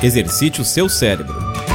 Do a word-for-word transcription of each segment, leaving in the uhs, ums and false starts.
Exercite o seu cérebro.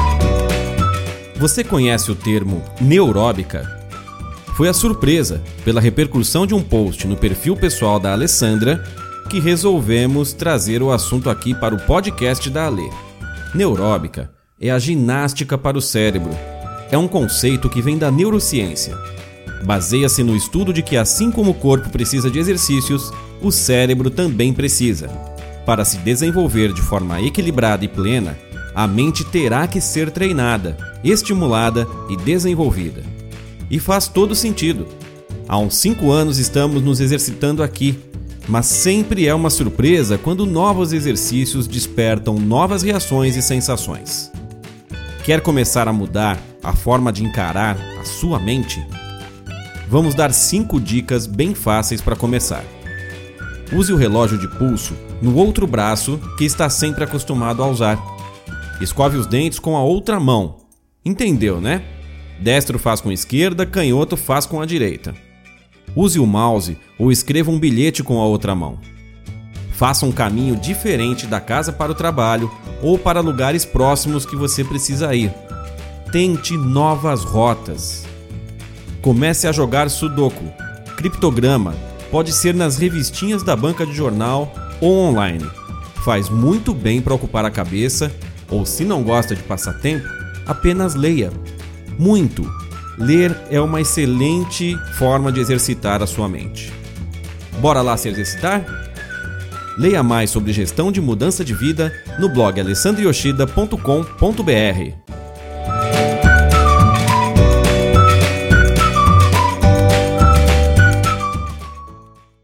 Você conhece o termo neuróbica? Foi a surpresa pela repercussão de um post no perfil pessoal da Alessandra que resolvemos trazer o assunto aqui para o podcast da Ale. Neuróbica é a ginástica para o cérebro. É um conceito que vem da neurociência. Baseia-se no estudo de que, assim como o corpo precisa de exercícios, o cérebro também precisa. Para se desenvolver de forma equilibrada e plena, a mente terá que ser treinada, estimulada e desenvolvida. E faz todo sentido. Há uns cinco anos estamos nos exercitando aqui, mas sempre é uma surpresa quando novos exercícios despertam novas reações e sensações. Quer começar a mudar a forma de encarar a sua mente? Vamos dar cinco dicas bem fáceis para começar. Use o relógio de pulso no outro braço que está sempre acostumado a usar. Escove os dentes com a outra mão. Entendeu, né? Destro faz com a esquerda, canhoto faz com a direita. Use o mouse ou escreva um bilhete com a outra mão. Faça um caminho diferente da casa para o trabalho ou para lugares próximos que você precisa ir. Tente novas rotas. Comece a jogar sudoku, criptograma, pode ser nas revistinhas da banca de jornal ou online. Faz muito bem para ocupar a cabeça, ou se não gosta de passar tempo, apenas leia. Muito. Ler é uma excelente forma de exercitar a sua mente. Bora lá se exercitar? Leia mais sobre gestão de mudança de vida no blog alessandro yoshida ponto com ponto b r.